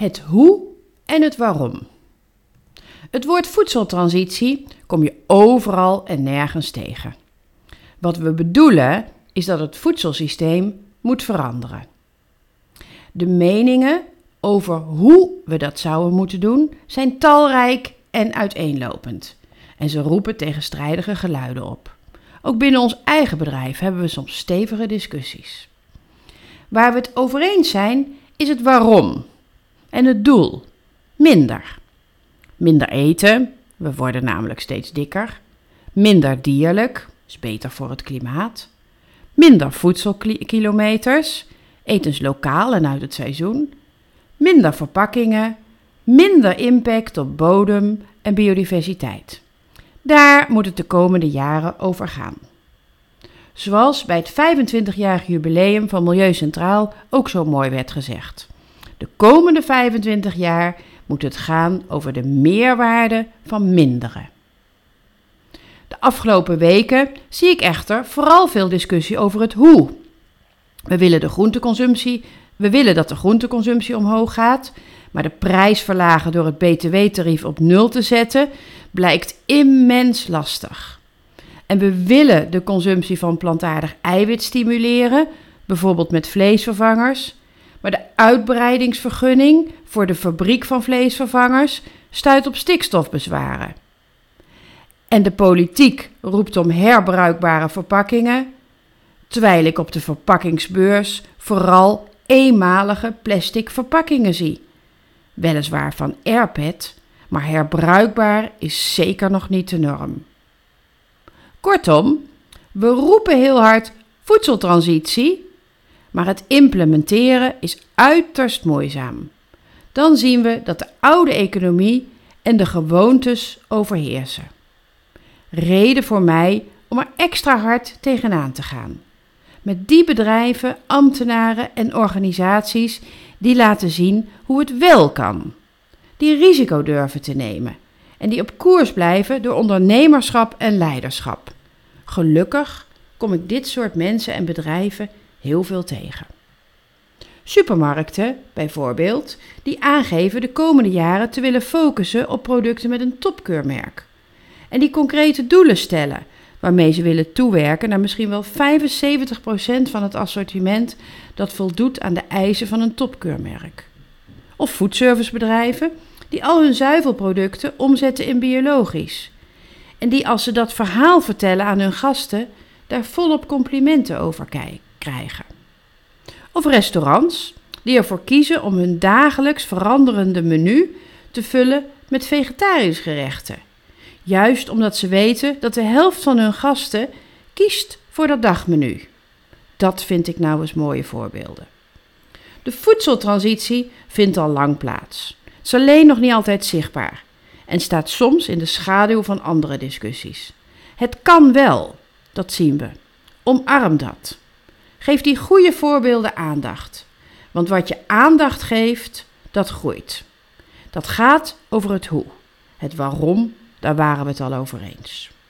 Het hoe en het waarom. Het woord voedseltransitie kom je overal en nergens tegen. Wat we bedoelen is dat het voedselsysteem moet veranderen. De meningen over hoe we dat zouden moeten doen zijn talrijk en uiteenlopend. En ze roepen tegenstrijdige geluiden op. Ook binnen ons eigen bedrijf hebben we soms stevige discussies. Waar we het over eens zijn is het waarom en het doel. Minder. Minder eten, we worden namelijk steeds dikker. Minder dierlijk, is beter voor het klimaat. Minder voedselkilometers, etens lokaal en uit het seizoen. Minder verpakkingen, minder impact op bodem en biodiversiteit. Daar moet het de komende jaren over gaan. Zoals bij het 25-jarig jubileum van Milieu Centraal ook zo mooi werd gezegd. De komende 25 jaar moet het gaan over de meerwaarde van minderen. De afgelopen weken zie ik echter vooral veel discussie over het hoe. We willen dat de groenteconsumptie omhoog gaat, maar de prijs verlagen door het btw-tarief op 0 te zetten blijkt immens lastig. En we willen de consumptie van plantaardig eiwit stimuleren, bijvoorbeeld met vleesvervangers. Maar de uitbreidingsvergunning voor de fabriek van vleesvervangers stuit op stikstofbezwaren. En de politiek roept om herbruikbare verpakkingen, terwijl ik op de verpakkingsbeurs vooral eenmalige plastic verpakkingen zie. Weliswaar van Airpet, maar herbruikbaar is zeker nog niet de norm. Kortom, we roepen heel hard voedseltransitie, maar het implementeren is uiterst moeizaam. Dan zien we dat de oude economie en de gewoontes overheersen. Reden voor mij om er extra hard tegenaan te gaan. Met die bedrijven, ambtenaren en organisaties die laten zien hoe het wel kan. Die risico durven te nemen en die op koers blijven door ondernemerschap en leiderschap. Gelukkig kom ik dit soort mensen en bedrijven heel veel tegen. Supermarkten, bijvoorbeeld, die aangeven de komende jaren te willen focussen op producten met een topkeurmerk. En die concrete doelen stellen, waarmee ze willen toewerken naar misschien wel 75% van het assortiment dat voldoet aan de eisen van een topkeurmerk. Of foodservicebedrijven die al hun zuivelproducten omzetten in biologisch. En die als ze dat verhaal vertellen aan hun gasten, daar volop complimenten over krijgen. Of restaurants die ervoor kiezen om hun dagelijks veranderende menu te vullen met vegetarisch gerechten. Juist omdat ze weten dat de helft van hun gasten kiest voor dat dagmenu. Dat vind ik nou eens mooie voorbeelden. De voedseltransitie vindt al lang plaats. Het is alleen nog niet altijd zichtbaar en staat soms in de schaduw van andere discussies. Het kan wel, dat zien we. Omarm dat. Geef die goede voorbeelden aandacht. Want wat je aandacht geeft, dat groeit. Dat gaat over het hoe. Het waarom, daar waren we het al over eens.